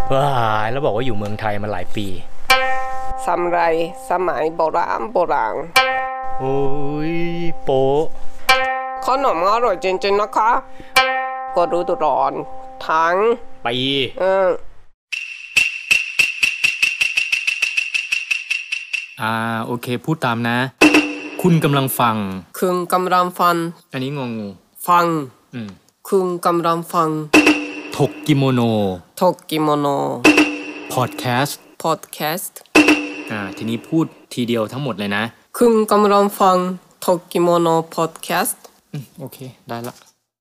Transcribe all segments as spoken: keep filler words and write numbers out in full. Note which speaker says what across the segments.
Speaker 1: ว้ายแล้วบอกว่าอยู่เมืองไทยมาหลายปี
Speaker 2: ทำไรสมัยโบราณโบราณ
Speaker 1: โอ้ยโป๊ะ
Speaker 2: ขนมอร่อยจริงๆนะคะก็รู้ตัวร้อนทั้ง
Speaker 1: ปี
Speaker 2: เออ
Speaker 1: อ่าโอเคพูดตามนะคุณกำลังฟัง
Speaker 2: คุณกำลังฟัง
Speaker 1: อันนี้งงงู
Speaker 2: ฟัง
Speaker 1: อืม
Speaker 2: คุณกำลังฟัง
Speaker 1: ถกกิโมโน
Speaker 2: ถกกิโมโน
Speaker 1: พอดแคสต์
Speaker 2: พอดแคสต์
Speaker 1: อ่าทีนี้พูดทีเดียวทั้งหมดเลยนะ
Speaker 2: คุณกำลังฟังถกกิโมโนพอดแคสต์
Speaker 1: อืมโอเคได้ละ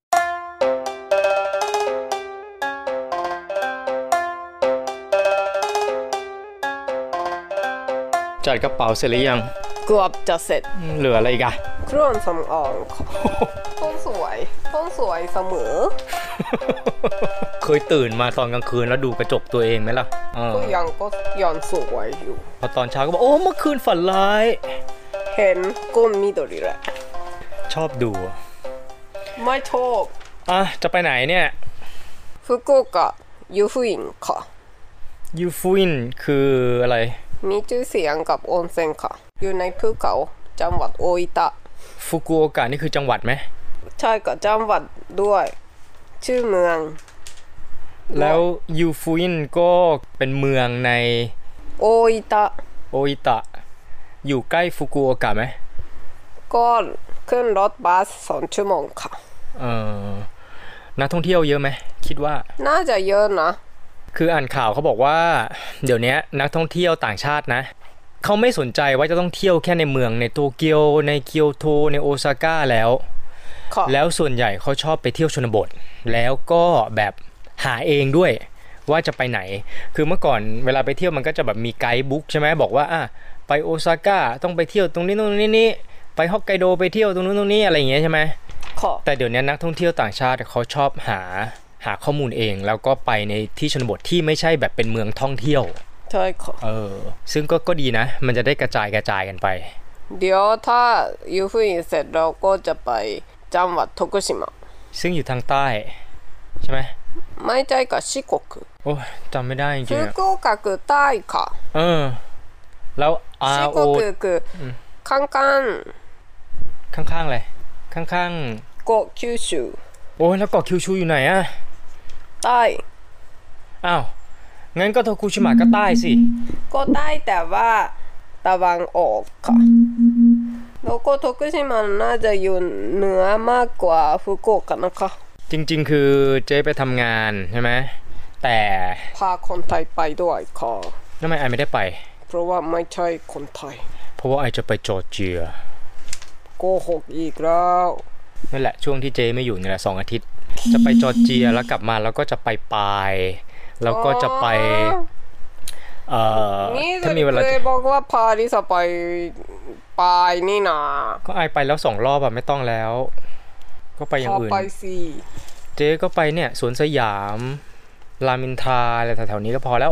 Speaker 1: จัดกระเป๋าเสร็จหรือยัง
Speaker 2: เกือบจะเสร็จ
Speaker 1: เหลืออะไรอีกอะ
Speaker 2: เครื่องสำอางต้องสวยต้องสวยเสมอ
Speaker 1: เคยตื่นมาตอนกลางคืนแล้วดูกระจกตัวเองไหมล่ะ
Speaker 2: ก็ยังก็ยังสวยอยู่
Speaker 1: พอตอนเช้าก็บอกโอ้เมื่อคืนฝันร้าย
Speaker 2: เห็นก้นมิโดริแหละ
Speaker 1: ชอบดู
Speaker 2: ไม่ชอบ
Speaker 1: อ่ะจะไปไหนเนี่ย
Speaker 2: ฟุกุโอกะยูฟุอินค่ะ
Speaker 1: ยูฟุอินคืออะไร
Speaker 2: มีชื่อเสียงกับออนเซ็นค่ะอยู่ในภูเขาจังหวัดโออิตะ
Speaker 1: ฟุกุโอกะนี่คือจังหวัดไหม
Speaker 2: ใช่กับจังหวัดด้วยชื่อเมือง
Speaker 1: แล้วยูฟุอินก็เป็นเมืองใน
Speaker 2: โออิตะ
Speaker 1: โออิตะอยู่ใกล้ฟุกุโอกะไหม
Speaker 2: ก็ขึ้นรถบัสสองชั่วโมงค่ะ
Speaker 1: เออนักท่องเที่ยวเยอะไหมคิดว่า
Speaker 2: น่าจะเยอะนะ
Speaker 1: คืออ่านข่าวเขาบอกว่าเดี๋ยวนี้นักท่องเที่ยวต่างชาตินะเขาไม่สนใจว่าจะต้องเที่ยวแค่ในเมืองในโตเกียวในเกียวโตในโอซาก้าแล้วแล้วส่วนใหญ่เขาชอบไปเที่ยวชนบทแล้วก็แบบหาเองด้วยว่าจะไปไหนคือเมื่อก่อนเวลาไปเที่ยวมันก็จะแบบมีไกด์บุ๊กใช่ไหมบอกว่าอ่ะไปโอซาก้าต้องไปเที่ยวตรงนี้ตรงนี้นี่ไปฮอกไกโดไปเที่ยวตรงนู้นตรงนี้อะไรอย่างเงี้ยใช่ไหมแต่เดี๋ยวนี้นักท่องเที่ยวต่างชาติเขาชอบหาหาข้อมูลเองแล้วก็ไปในที่ชนบทที่ไม่ใช่แบบเป็นเมืองท่องเที่ยว
Speaker 2: ใช่ค่ะ
Speaker 1: เออซึ่งก็ก็ดีนะมันจะได้กระจายกระจายกันไป
Speaker 2: เดี๋ยวถ้ายูฟุอินเสร็จเราก็จะไปจังหวัดโทกุชิมะ
Speaker 1: ซึ่งอยู่ทางใต้ใช่ไหม
Speaker 2: ไม่ใช่กับชิโกกุ
Speaker 1: โอ้จำไม่ได้จริงๆ
Speaker 2: ฟุกุโอกะคือใต้ค่ะ
Speaker 1: เออแล้วอา
Speaker 2: ชิโกกุคือข้างข้าง
Speaker 1: ข้างข้างอะไรข้างข้าง
Speaker 2: เกาะคิวชู
Speaker 1: โอ้แล้วเกาะคิวชูอยู่ไหนอะ
Speaker 2: ใต้
Speaker 1: อ้าวงั้นก็โทคุชิมะก็ใต้สิ
Speaker 2: ก็ใต้แต่ว่าตะวันออกค่ะแล้วก็โทคุชิมะน่าจะอยู่เหนือมากกว่าฟุกุโอกะนะคะ
Speaker 1: จริงๆคือเจ๊ไปทำงานใช่ไหมแต่
Speaker 2: พาคนไทยไปด้วยค่ะ
Speaker 1: ทำไมไอไม่ได้ไป
Speaker 2: เพราะว่าไม่ใช่คนไทย
Speaker 1: เพราะว่าไอจะไปจอร์เจีย
Speaker 2: โกหกอีกแล้ว
Speaker 1: นั่นแหละช่วงที่เจ๊ไม่อยู่นี่แหละสองอาทิตย์จะไปจอร์เจียแล้วกลับมาแล้วก็จะไปปายแล้วก็จะไปเอ่อ
Speaker 2: ถ้ามีเวลาจะบอกว่าพาดิสไปปายนี่นะ
Speaker 1: ก็ไอไปแล้วสองรอบอะไม่ต้องแล้วก็ไปอย่างอื่น
Speaker 2: ไปสิ
Speaker 1: เจ๊ก็ไปเนี่ยสวนสยามรามอินทราอะไรแถวๆนี้ก็พอแล้ว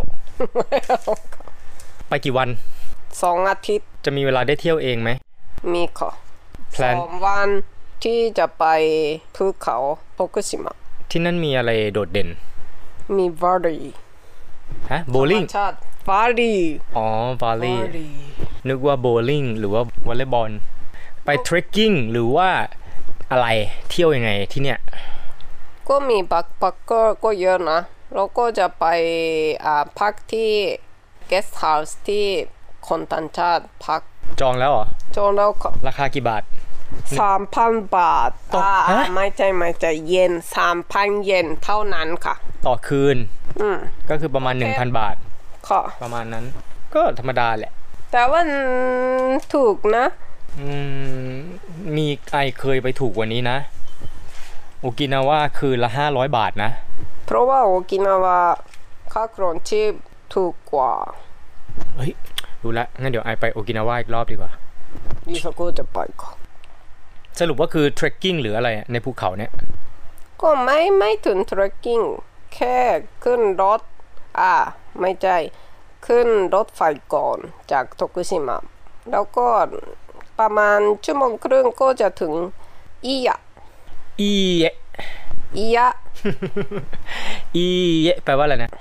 Speaker 1: ไปกี่วัน
Speaker 2: สองอาทิตย์
Speaker 1: จะมีเวลาได้เที่ยวเองไหม
Speaker 2: มีค่ะสองวันที่จะไปภูเขาโทคุชิมะ
Speaker 1: ที่นั่นมีอะไรโดดเด่น
Speaker 2: มีวอลเลย์
Speaker 1: ฮะโบว์ลิ่ง
Speaker 2: วอลเลย์
Speaker 1: อ๋อวอลเลย์นึกว่าโบว์ลิ่งหรือว่าวอลเลย์บอลไปเทรคกิ้งหรือว่าอะไรเที่ยวยังไงที่เนี่ย
Speaker 2: ก็มีแบ็คแพ็คเกอร์ก็เยอะนะแล้วก็จะไปอ่าพักที่เกสต์เฮาส์ที่คนต่างชาติพัก
Speaker 1: จองแล้วเหรอ
Speaker 2: จองแล้วค่ะ
Speaker 1: ราคากี่บาท
Speaker 2: สามพันบาทต่อไม่ใช่ไม่ใช่เยนสามพันเยนเท่านั้นค่ะ
Speaker 1: ต่อคืน
Speaker 2: อืม
Speaker 1: ก็คือประมาณ หนึ่งพัน บาท
Speaker 2: ค่ะ
Speaker 1: ประมาณนั้นก็ธรรมดาแหละ
Speaker 2: แต่ว่าถูกนะ
Speaker 1: อืมมีไอเคยไปถูกกว่านี้นะโอกินาวาคืนละห้าร้อยบาทนะ
Speaker 2: เพราะว่าโอกินาวาค่าครองชีพถูกกว่า
Speaker 1: เฮ้ยรู้ละงั้นเดี๋ยวไอไปโอกินาวาอีกรอบดีกว่า
Speaker 2: ดิฉันก็จะไปก่อน
Speaker 1: สรุปว่าคือเทรคกิ้งหรืออะไรในภูเขาเนี่ย
Speaker 2: ก็ไม่ไม่ถึงเทรคกิ้งแค่ขึ้นรถอ่าไม่ใช่ขึ้นรถไฟก่อนจากโทคุชิมะแล้วก็ประมาณชั่วโมงครึ่งก็จะถึงอิยะ
Speaker 1: อิยะ
Speaker 2: อิยะ
Speaker 1: อิยะแปลว่าอะไรนะ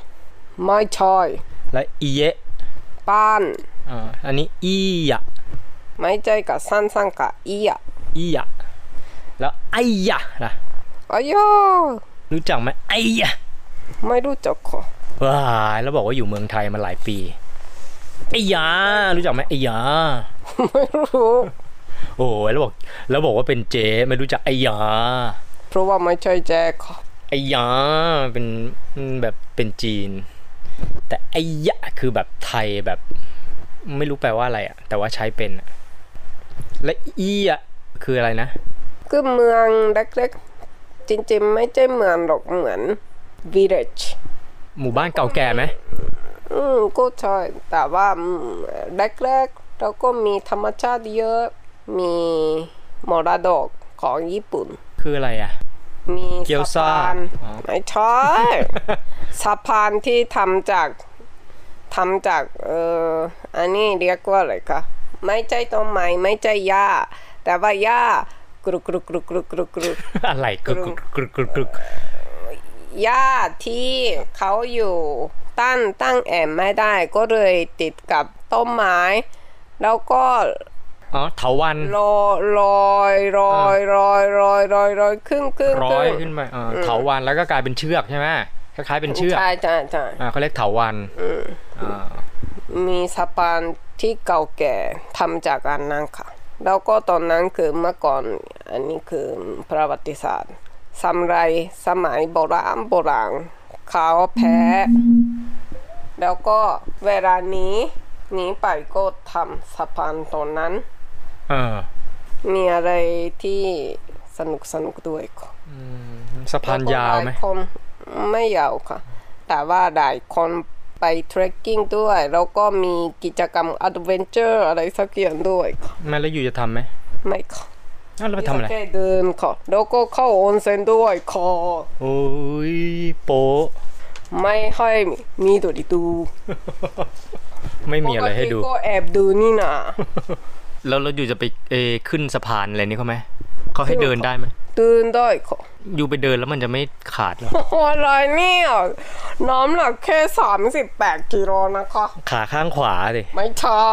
Speaker 2: ไม่ใช่
Speaker 1: และอีเยะ
Speaker 2: บ้าน
Speaker 1: อ่าอันนี้อียะ
Speaker 2: ไม่ใช่กับสั้นๆกับอีอะ
Speaker 1: อียะแล้วไอยะล่ะ
Speaker 2: อ้ย
Speaker 1: รู้จักไหมไอยะ
Speaker 2: ไม่รู้จักค่ะ
Speaker 1: ว้ายแล้วบอกว่าอยู่เมืองไทยมาหลายปีไอยารู้จักไหมไอยา
Speaker 2: ไม่รู้
Speaker 1: โอ้ยแล้วบอกแล้วบอกว่าเป็นเจ๊ไม่รู้จักไอยา
Speaker 2: เพราะว่าไม่ใช่แจ๊ค่ะ
Speaker 1: ไอยาเป็นแบบเป็นจีนแต่ไอยะคือแบบไทยแบบไม่รู้แปลว่าอะไรอะแต่ว่าใช้เป็นและอีอะคืออะไรนะ
Speaker 2: คือเมืองเล็กๆจริงๆไม่ใช่เมืองหรอกเหมือน village
Speaker 1: หมู่บ้านเก่าแก่ไหม
Speaker 2: อืมก็ใช่แต่ว่าเล็กๆแล้วก็มีธรรมชาติเยอะมีมรดกของญี่ปุ่น
Speaker 1: คืออะไรอ่ะ
Speaker 2: มี
Speaker 1: เกียวซ่า
Speaker 2: ไม่ใช่สะพานที่ทำจากทำจากเอ่ออันนี้เรียกว่าอะไรคะไม่ใช่ต้นไม้ไม่ใช่หญ้าแต่ว่าหญ้ากรุกกรุกกรุกกรุกกรุกกรุก
Speaker 1: อะไรกรุกกรุกกรุกกรุก
Speaker 2: หญ้าที่เขาอยู่ตั้งตั้งแอ่ไม่ได้ก็เลยติดกับต้นไม้แล้วก็
Speaker 1: อ๋อเถาวัลย์
Speaker 2: ลอยลอยลอยลอยลอยลอยลอยขึ้นขึ้น
Speaker 1: ลอยขึ้นไปเถาวัลย์แล้วก็กลายเป็นเชือกใช่ไหมคล้ายๆเป็นเชือก
Speaker 2: ใช่ใช่ใช่
Speaker 1: เขาเรียกเถาวัลย์
Speaker 2: มีสะพานที่เก่าแก่ทำจากอันนั้นค่ะแล้วก็ตอนนั้นคือเมื่อก่อนอันนี้คือประวัติศาสตร์สมัยสมัยโบราณโบราณเขาแพ้แล้วก็เวลานี้หนีไปก็ทำสะพานตอนนั้นมีอะไรที่สนุกสนุกด้วยค่ะ
Speaker 1: สะพานยาวไหม
Speaker 2: คนไม่ยาวค่ะแต่ว่าได้คนไปเทรคกิ้งด้วยแล้วก็มีกิจกรรมแอดเวนเจอร์อะไรสักอย่างด้วยค่ะ
Speaker 1: แม่แล้วอยู่จะทำไหม
Speaker 2: ไม่ค่ะ
Speaker 1: แล้วไปทำอะไร
Speaker 2: แค่เดินค่ะแล้วก็เข้าออนเซ็นด้วยค่ะ
Speaker 1: โอ้ยโป๊ะ
Speaker 2: ไม่ให้มีตัวดิดู
Speaker 1: ไม่มีอะไรให้ดู
Speaker 2: ก็แอบดูนี่นะ
Speaker 1: แล้วเราอยู่จะไปเอขึ้นสะพานอะไรนี่เขาไหมเขาให้เดินได้ไหม
Speaker 2: เดินได้ค่ะ
Speaker 1: อยู่ไปเดินแล้วมันจะไม่ขาดหรอ
Speaker 2: อะไรเนี่ยน้ำหนักแค่สามสิบแปดกิโลนะคะ
Speaker 1: ขาข้างขวาดิ
Speaker 2: ไม่ใช่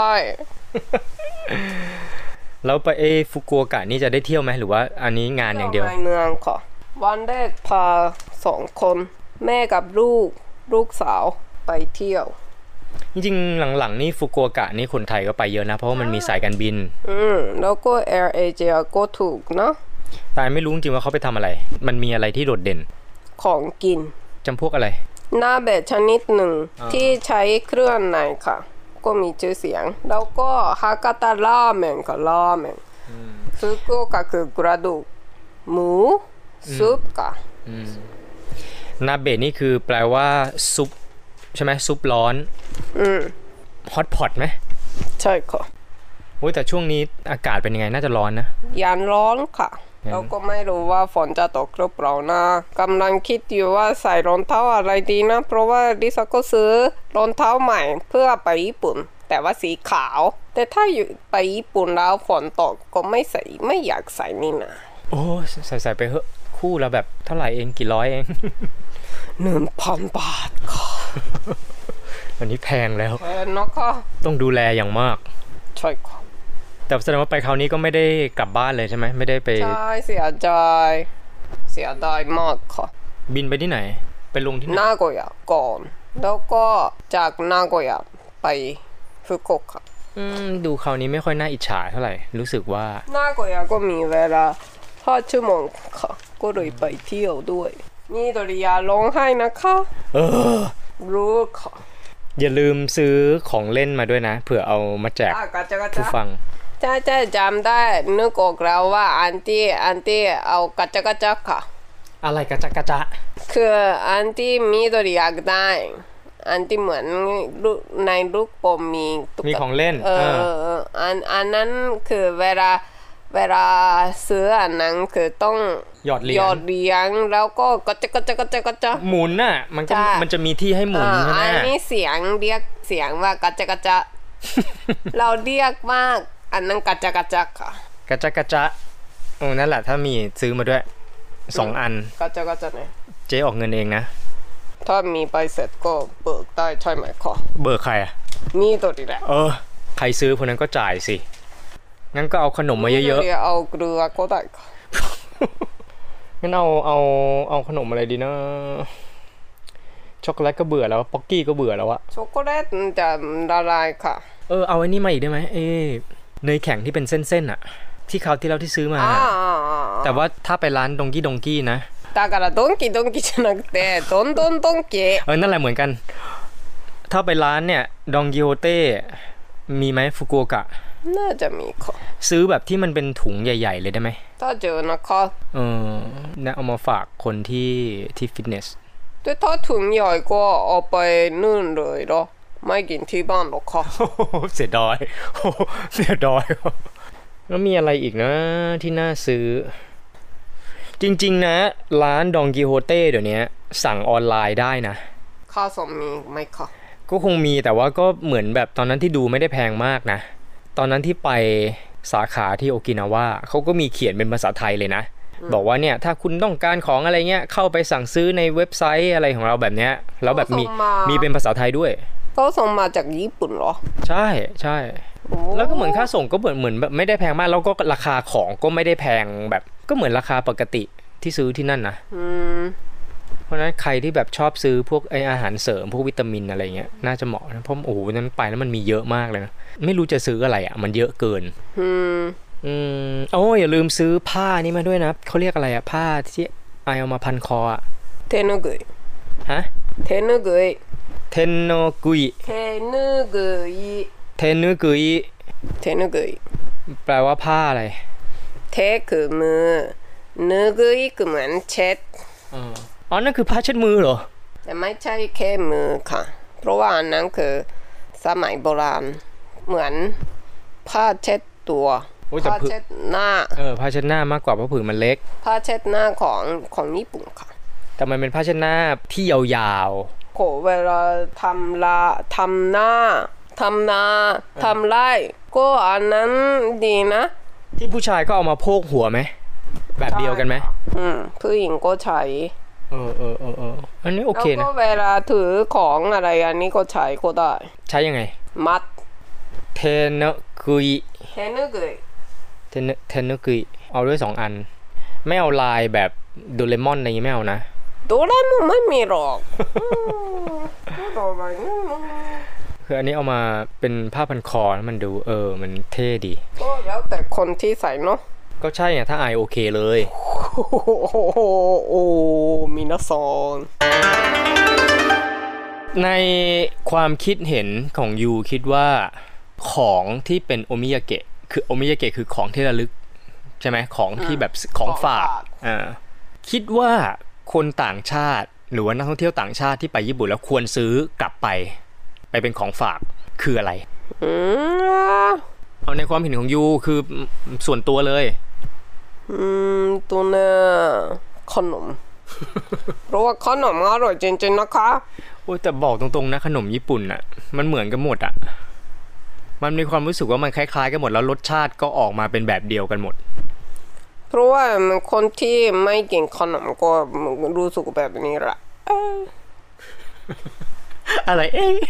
Speaker 1: แล้วไปเอฟุกุโอกะนี่จะได้เที่ยวไหมหรือว่าอันนี้งานอย่างเดียว
Speaker 2: ในเมืองค่ะวันแรกพาสองคนแม่กับลูกลูกสาวไปเที่ยว
Speaker 1: จริงๆหลังๆนี่ฟุกุโอกะนี่คนไทยก็ไปเยอะนะเพราะว่ามันมีสายการบิน
Speaker 2: อืมแล้วก็ Air Asia ก็ถูกเนาะ
Speaker 1: แต่ไม่รู้จริงๆว่าเขาไปทำอะไรมันมีอะไรที่โดดเด่น
Speaker 2: ของกิน
Speaker 1: จำพวกอะไร
Speaker 2: นาเบะชนิดหนึ่งที่ใช้เครื่องในค่ะก็มีชื่อเสียงแล้วก็ฮากาตะราเมนกับราเมนฟุกุโอกะคือกระดูกหมูซุปค่ะ
Speaker 1: นาเบะนี่คือแปลว่าซุปใช่ไหมซุปร้อน
Speaker 2: อืม
Speaker 1: ฮอตพอตไหม
Speaker 2: ใช่ค่ะ
Speaker 1: โอ้ยแต่ช่วงนี้อากาศเป็นยังไงน่าจะร้อนนะ
Speaker 2: ยันร้อนค่ะเราก็ไม่รู้ว่าฝนจะตกหรือเปล่านะกำลังคิดอยู่ว่าใส่รองเท้าอะไรดีนะเพราะว่าดิฉันก็ซื้อรองเท้าใหม่เพื่อไปญี่ปุ่นแต่ว่าสีขาวแต่ถ้าอยู่ไปญี่ปุ่นแล้วฝนตกก็ไม่ใส่ไม่อยากใส่นี่นะ
Speaker 1: โอ้ใส่ใส่ไปเหอะคู่ละแบบเท่าไหร่เองกี่ร้อยเอง
Speaker 2: หนึ่งพันบาทค่ะ
Speaker 1: อันนี้แพงแล้ว
Speaker 2: แพงเนาะค่ะ
Speaker 1: ต้องดูแลอย่างมาก
Speaker 2: ใช่ค่ะ
Speaker 1: แต่แสดงว่าไปคราวนี้ก็ไม่ได้กลับบ้านเลยใช่ไหมไม่ได้ไป
Speaker 2: ใช่เสียใจเสียดายมากค่ะ
Speaker 1: บินไปที่ไหนไปลงที่ไหน
Speaker 2: นาโกย่าก่อนแล้วก็จากนาโกย่าไปฟุกุโอกะ
Speaker 1: อืมดูคราวนี้ไม่ค่อยน่าอิจฉาเท่าไหร่รู้สึกว่า
Speaker 2: นาโกย่าก็มีเวลาห้าชั่วโมงค่ะก็เลยไปเที่ยวด้วยนี่ตัวเรียร้องไห้นะคะ
Speaker 1: เออ
Speaker 2: รู้ค่ะ
Speaker 1: อย่าลืมซื้อของเล่นมาด้วยนะเผื่อเอามาแจกผู้ฟัง
Speaker 2: ใช่ใช่จำได้นึกออกแล้วว่าอันที่อันที่เอากระจกระจักค่ะ
Speaker 1: อะไรกระจักกระจะ
Speaker 2: คืออันที่มีตัวอยากได้อันที่เหมือนในลูกโป่งมี
Speaker 1: มีของเล่น
Speaker 2: เอออันอันนั้นคือเวลาเวลาซื้ออันนั้นคือต้อง
Speaker 1: หยอดเหรียญ
Speaker 2: หยอดเหรียญแล้วก็กระจกระจกระจกระจ
Speaker 1: หมุนน่ะมันก็มันจะมีที่ให้หมุนใช่ไหม
Speaker 2: อันนี้เสียงเรียกเสียงว่ากระจกระจเราเรียกมากอันนั้นกระจกระจค่ะ
Speaker 1: กระจกระจะโอ้นั่นแหละถ้ามีซื้อมาด้วยสองอัน
Speaker 2: กระจกระจะเนี่ย
Speaker 1: เจ๊ออกเงินเองนะ
Speaker 2: ถ้ามีใบเสร็จก็เบิกได้ใช่ไหมคะ
Speaker 1: เบิกใครอ่ะ
Speaker 2: มีตัวนี้แหละ
Speaker 1: เออใครซื้อคนนั้นก็จ่ายสิงั้นก็เอาขนมมาเยอะ
Speaker 2: ๆเอาเกลือก็ได้ค่ะ
Speaker 1: งั้นเอาเอาเอาขนมอะไรดีนะช็อกโกแลตก็เบื่อแล้วป๊อกกี้ก็เบื่อแล้วอะ
Speaker 2: ช็อกโกแลตจะละลายค่ะ
Speaker 1: เออเอาไอ้นี่มาอีกได้ไหมเอ้เนยแข็งที่เป็นเส้นๆอะที่เขาที่เราที่ซื้อมาแต่ว่าถ้าไปร้านดงกี้ดงกี้นะ
Speaker 2: だからドンキドンキじゃなくてドンドンドンキ
Speaker 1: เออนั่นแหละเหมือนกันถ้าไปร้านเนี่ยดองกิโฮเต้มีไหมฟุกุโอกะ
Speaker 2: น่าจะมีค่ะ
Speaker 1: ซื้อแบบที่มันเป็นถุงใหญ่ๆเลยได้ไหม
Speaker 2: ถ้าเจอนะคะ
Speaker 1: เออเนี่ยเอามาฝากคนที่ที่ฟิตเนส
Speaker 2: แต่ถ้าถุงใหญ่ก็เอาไปนึ่งเลยเนาะไม่กินที่บ้านหรอกค่ะ
Speaker 1: เสียดายเสียดายแล้วมีอะไรอีกนะที่น่าซื้อจริงๆนะร้านดองกิโฮเต้เดี๋ยวนี้สั่งออนไลน์ได้นะ
Speaker 2: ค่าส่งมีไหมคะ
Speaker 1: ก็คงมีแต่ว่าก็เหมือนแบบตอนนั้นที่ดูไม่ได้แพงมากนะตอนนั้นที่ไปสาขาที่โอกินาวาเขาก็มีเขียนเป็นภาษาไทยเลยนะบอกว่าเนี่ยถ้าคุณต้องการของอะไรเงี้ยเข้าไปสั่งซื้อในเว็บไซต์อะไรของเราแบบเนี้ยแล้วแบบมีมีเป็นภาษาไทยด้วย
Speaker 2: เขาส่งมาจากญี่ปุ่นเหรอ
Speaker 1: ใช่ใช่แล้วก็เหมือนค่าส่งก็เหมือนเหมือนแบบไม่ได้แพงมากแล้วก็ราคาของก็ไม่ได้แพงแบบก็เหมือนราคาปกติที่ซื้อที่นั่นนะเพราะฉะนั้นใครที่แบบชอบซื้อพวกไออาหารเสริมพวกวิตามินอะไรเงี้ยน่าจะเหมาะนะเพราะโอ้โหนั้นไปแล้วมันมีเยอะมากเลยนะไม่รู้จะซื้ออะไรอ่ะมันเยอะเกินอืมอืมโอ้อย่าลืมซื้อผ้านี่มาด้วยนะเขาเรียกอะไรอ่ะผ้าที่ไอเอามาพันคออ่ะ
Speaker 2: เทนุกุย
Speaker 1: ฮะ
Speaker 2: เทนุกุย
Speaker 1: เทนโนกุย
Speaker 2: เทนุกุย
Speaker 1: เทนุกุย
Speaker 2: เทนุกุย
Speaker 1: แปลว่าผ้าอะไร
Speaker 2: เทคือมือนุกุยคือเหมือนเช็ด
Speaker 1: อ๋อนั่นคือผ้าเช็ดมือเหรอ
Speaker 2: แต่ไม่ใช่แค่มือค่ะเพราะว่าอันนั้นคือสมัยโบราณเหมือนผ้าเช็ดตัวผ้าเช็ดหน้า
Speaker 1: เออผ้าเช็ดหน้ามากกว่าเพราะผืนมันเล็ก
Speaker 2: ผ้าเช็ดหน้าของของญี่ปุ่นค่ะ
Speaker 1: แต่มันเป็นผ้าเช็ดหน้าที่ยาว
Speaker 2: ๆโหเวลาทำละทำหน้าทำนาทำไร่ก็อันนั้นดีนะ
Speaker 1: ที่ผู้ชายก็เอามาโพกหัวไหมแบบเดียวกันไหม
Speaker 2: อืมผู้หญิงก็ใช้
Speaker 1: เออเออเออเอออันนี้โอเคนะ
Speaker 2: แล้วก็เวลาถือของอะไรอันนี้ก็ใช้ก็ได้
Speaker 1: ใช้ยังไง
Speaker 2: มัด
Speaker 1: เทนกุย
Speaker 2: เทนุกุย
Speaker 1: เทนเทนกุยเอาด้วยสองอันไม่เอาลายแบบโดเรมอนอะไรอย่างงี้ไม่เอานะ
Speaker 2: โดเรมอนไม่มีหรอก
Speaker 1: คืออันนี้เอามาเป็นผ้าพันคอมันดูเออมันเท่ดี
Speaker 2: ก็แล้วแต่คนที่ใส่เนาะ
Speaker 1: ก็ใช่ไงถ้าไอโอเคเลย
Speaker 2: โอ้มินาซอน
Speaker 1: ในความคิดเห็นของยูคิดว่าของที่เป็นโอมิยาเกะคือโอมิยาเกะคือของที่ระลึกใช่ไหมของที่แบบของฝากอ่าคิดว่าคนต่างชาติหรือว่านักท่องเที่ยวต่างชาติที่ไปญี่ปุ่นแล้วควรซื้อกลับไปไปเป็นของฝากคืออะไรเอาในความเห็นของยูคือส่วนตัวเลย
Speaker 2: อืมตัวเนี่ยขนมเพราะว่าขนมอร่อยจริงๆนะคะ
Speaker 1: โอ้แต่บอกตรงๆนะขนมญี่ปุ่นอ่ะมันเหมือนกันหมดอ่ะมันมีความรู้สึกว่ามันคล้ายๆกันหมดแล้วรสชาติก็ออกมาเป็นแบบเดียวกันหมด
Speaker 2: เพราะว่าคนที่ไม่กินขนมก็รู้สึกแบบนี้แหละ
Speaker 1: อะไรเอ๊ะ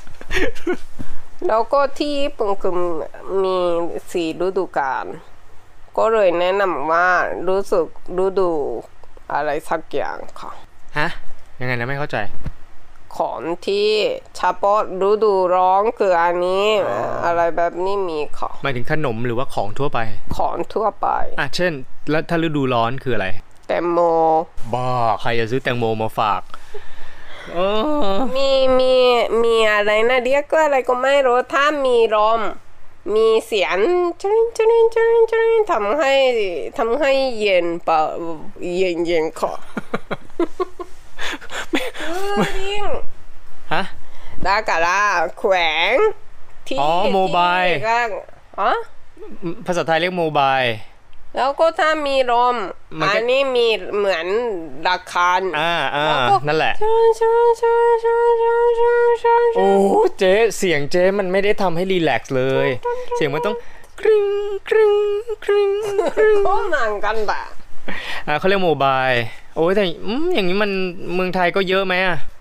Speaker 2: แล้วก็ที่ญี่ปุ่นคือมีสี่ฤดูกาลก็เลยแนะนำว่ารู้สึกฤดูอะไรสักอย่างค่ะ
Speaker 1: ฮะยังไงนะไม่เข้าใจ
Speaker 2: ของที่เฉพาะฤดูร้อนคืออันนี้ อ, อะไรแบบนี้มีค่ะ
Speaker 1: หมายถึงขนมหรือว่าของทั่วไป
Speaker 2: ของทั่วไป
Speaker 1: อ่ะเช่นแล้วถ้าฤดูร้อนคืออะไร
Speaker 2: แตงโม
Speaker 1: บ้าใครจะซื้อแตงโมมาฝาก
Speaker 2: มีมีมีอะไรนะเรียกว่าอะไรก็ไม่รู้ถ้ามีลมมีเสียงจริงจริงจริงจริงทำให้ทำให้เย็นเปล่าเย็นเย็นค่ะจริง
Speaker 1: ฮะ
Speaker 2: だからแขวงที่
Speaker 1: อ๋อโมบาย
Speaker 2: อ๋อ
Speaker 1: ภาษาไทยเรียกโมบาย
Speaker 2: แล้วก็ถ้ามีลมอันนี้มีเหมือนระฆัง
Speaker 1: อ่าอ่านั่นแหละโอ้เจ๊เสียงเจ๊มันไม่ได้ทำให้รีแลกซ์เลยเสียงมันต้องกริ๊งกริ๊งกริ๊ง
Speaker 2: ก็นั่งกันแบบ
Speaker 1: อ่าเขาเรียกโมบายโอ้แต่อย่างนี้มันเมืองไทยก็เยอะไหมอ่ะ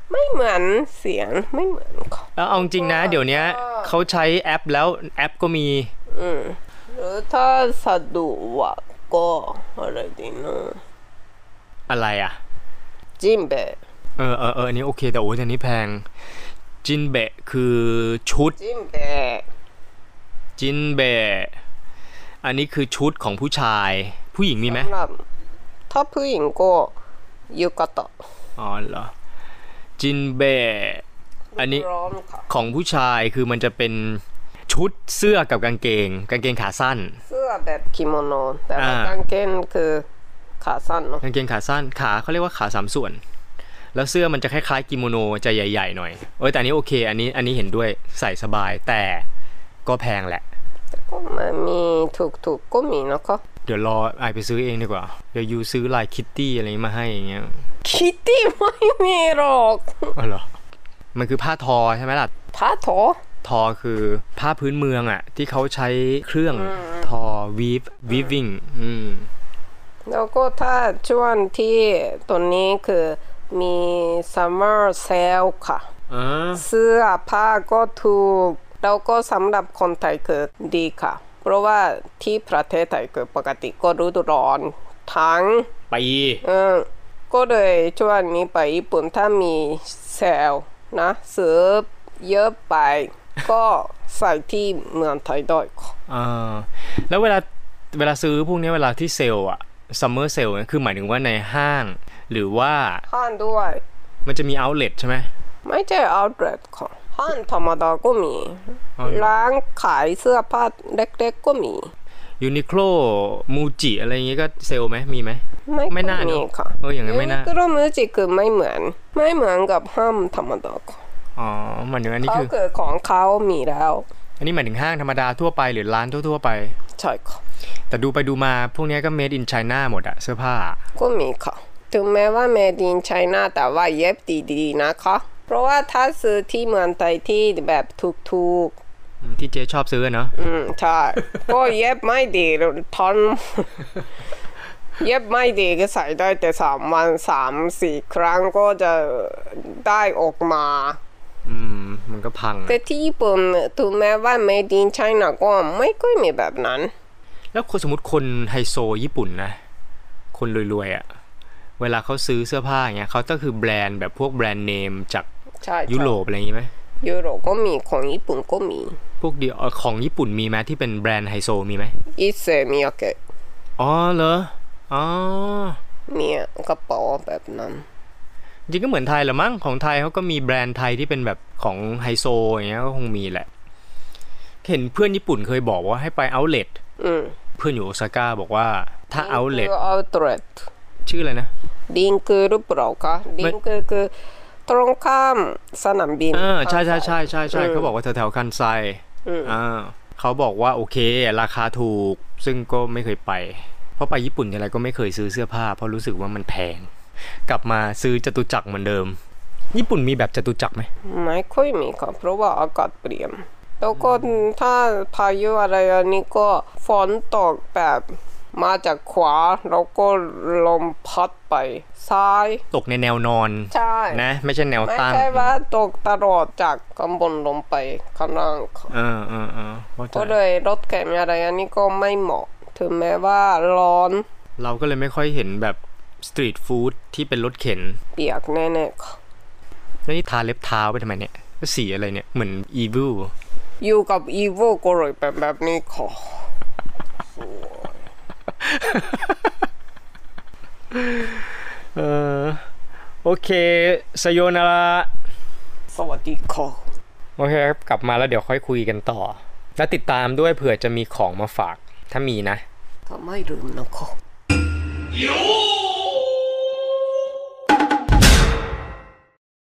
Speaker 2: ไม่เหมือนเสียงไม่เหมือนค่ะ
Speaker 1: แล้วเอาจริงนะเดี๋ยวนี้เขาใช้แอปแล้วแอปก็มี
Speaker 2: อืมหรือถ้าสะดวกก็อะไรดีนะ
Speaker 1: อะไรอ่ะ
Speaker 2: จินเบะ
Speaker 1: เออเออเอออันนี้โอเคแต่โอ้ยอันนี้แพงจินเบะคือชุด
Speaker 2: จินเบะ
Speaker 1: จินเบะอันนี้คือชุดของผู้ชายผู้หญิงมีไหม
Speaker 2: ถ้าผู้หญิงก็ยูกาตะ
Speaker 1: อ๋อเหรอจินเบะอันนี้ของผู้ชายคือมันจะเป็นชุดเสื้อกับกางเกงกางเกงขาสั้น
Speaker 2: เสื้อแบบกิโมโนแต่ว่ากางเกงคือขาสั้นเนาะ
Speaker 1: กางเกงขาสั้นขาเขาเรียกว่าขาสามส่วนแล้วเสื้อมันจะคล้ายๆกิโมโนจะใหญ่ๆหน่อยเอ้ยแต่อันนี้โอเคอันนี้อันนี้เห็นด้วยใส่สบายแต่ก็แพงแหละ
Speaker 2: ก็มันมีถูกๆก็มีนะคะ
Speaker 1: เดี๋ยวรอไอไปซื้อเองดีกว่าเดี๋ยวยูซื้อลายคิตตี้อะไรมาให้อย่างเงี้ย
Speaker 2: คิตตี้ไม่มีหรอก
Speaker 1: อ๋อเหรอมันคือผ้าทอใช่ไหมล่ะ
Speaker 2: ผ้าทอ
Speaker 1: ทอคือผ้าพื้นเมืองอ่ะที่เขาใช้เครื่องทอวีฟวีฟวิ่งอืม
Speaker 2: แล้วก็ถ้าช่วงที่ตัวนี้คือมี summer sale ค่ะเสื้อผ้าก็ถูกแล้วก็สำหรับคนไทยคือดีค่ะเพราะว่าที่ประเทศไทยคือปกติก็ฤดูร้อนทั้ง
Speaker 1: ปี
Speaker 2: เออก็เลยช่วงนี้ไปญี่ปุ่นถ้ามีเซลนะซื้อเยอะไปก็ใส่ที่เมืองไทยด้วย
Speaker 1: อ่าแล้วเวลาเวลาซื้อพวกนี้เวลาที่เซลอะซัมเมอร์เซลคือหมายถึงว่าในห้างหรือว่า
Speaker 2: ห้างด้วย
Speaker 1: มันจะมีเอาท์เลทใช่ไหม
Speaker 2: ไม่ใช่เอาท์เลทค่ะห้างธรรมดาก็มีร้านขายเสื้อผ้าเล็กๆก็มี
Speaker 1: ยูนิโคลมูจิอะไรอย่างงี้ก็เซลไหมมีไหม
Speaker 2: ไม่
Speaker 1: ไม่น่า
Speaker 2: มีค่ะ
Speaker 1: เอออย่างนั้นไม่น่า
Speaker 2: ยูนิโคลมูจิคือไม่เหมือนไม่เหมือนกับห้างธรรมดาค่ะ
Speaker 1: อ๋อหมายถึงอันนี้คือ
Speaker 2: เขาเกิดของเขามีแล้ว
Speaker 1: อันนี้หมายถึงห้างธรรมดาทั่วไปหรือร้านทั่วๆไป
Speaker 2: ใช่ค่ะ
Speaker 1: แต่ดูไปดูมาพวกนี้ก็ made in China หมดอะเสื้อผ้า
Speaker 2: ก็มีค่ะถึงแม้ว่า made in China แต่ว่าเย็บดีๆนะคะเพราะว่าถ้าซื้อที่เมืองไทยที่แบบถูก
Speaker 1: ๆที่เจ๊ชอบซื้อเนาะ
Speaker 2: อืมใช่ก็เย็บไม่ดีทอนเย็บไม่ดีก็ใส่ได้แต่สามวันสามสี่ครั้งก็จะได้ออกมา
Speaker 1: อืมมันก็พัง
Speaker 2: แต่ที่ญี่ปุ่นถึงแม้ว่า made in China ก็ไม่ค่อยมีแบบนั้น
Speaker 1: แล้วคนสมมติคนไฮโซญี่ปุ่นนะคนรวยๆอ่ะเวลาเขาซื้อเสื้อผ้าอย่างเงี้ยเขาก็คือแบรนด์แบบพวกแบรนด์เนมจากยุโรปอะไรอย่างงี้ไหม
Speaker 2: ยุโรปก็มีของญี่ปุ่นก็มี
Speaker 1: พวกเดียวของญี่ปุ่นมีไหมที่เป็นแบรนด์ไฮโซมีไหม
Speaker 2: อิเซมิยาเกะ
Speaker 1: อ๋อเหรออ๋อ
Speaker 2: มีกระเป๋าแบบนั้น
Speaker 1: จริงก็เหมือนไทยแหละมั้งของไทยเขาก็มีแบรนด์ไทยที่เป็นแบบของไฮโซอย่างเงี้ยก็คงมีแหละเห็นเพื่อนญี่ปุ่นเคยบอกว่าให้ไปเอาท์เลทเพื่อนอยู่โอซาก้าบอกว่าถ้าเอาท์เลทชื่ออะไรนะ
Speaker 2: ดิงคือหรือเปล่าคะดิงคือคือตรงข้ามสนามบิน
Speaker 1: อ่าใช่ใช่ใช่ใช่ใช่เขาบอกว่าแถวๆคันไซอ่าเขาบอกว่าโอเคราคาถูกซึ่งก็ไม่เคยไปเพราะไปญี่ปุ่นอะไรก็ไม่เคยซื้อเสื้อผ้าเพราะรู้สึกว่ามันแพงกลับมาซื้อจตุจักรเหมือนเดิมญี่ปุ่นมีแบบจตุจักรไหม
Speaker 2: ไม่ค่อยมีค่ะเพราะว่าอากาศเปลี่ยนแล้วก็ถ้าพายุอะไรอันนี้ก็ฝนตกแบบมาจากขวาแล้วก็ลมพัดไปซ้าย
Speaker 1: ตกในแนวนอน
Speaker 2: ใช่
Speaker 1: นะไม่ใช่แนวตั้ง
Speaker 2: ไม่ใช่ว่าตกตลอดจากข้างบนลงไปข้างล่าง
Speaker 1: อ่าอ่าอ่า
Speaker 2: ก็เลยรถเข็นอะไรอันนี้ก็ไม่เหมาะถึงแม้ว่าร้อน
Speaker 1: เราก็เลยไม่ค่อยเห็นแบบสตรีทฟู้ดที่เป็นรถเข็น
Speaker 2: เปียกแน่ๆค่ะ
Speaker 1: แล้วนี่ทาเล็บเท้าไปทำไมเนี่ยสีอะไรเนี่ยเหมือนอีวิล
Speaker 2: อยู่กับอีวิลก็เลยเป็นแบบนี้ค่ะ
Speaker 1: เออโอเคสโยนาระ
Speaker 2: สวัสดีค่ะ
Speaker 1: โอเคครับกลับมาแล้วเดี๋ยวค่อยคุยกันต่อแล้วติดตามด้วยเผื่อจะมีของมาฝากถ้ามีนะ
Speaker 2: ก็ไม่ลืมนะคะ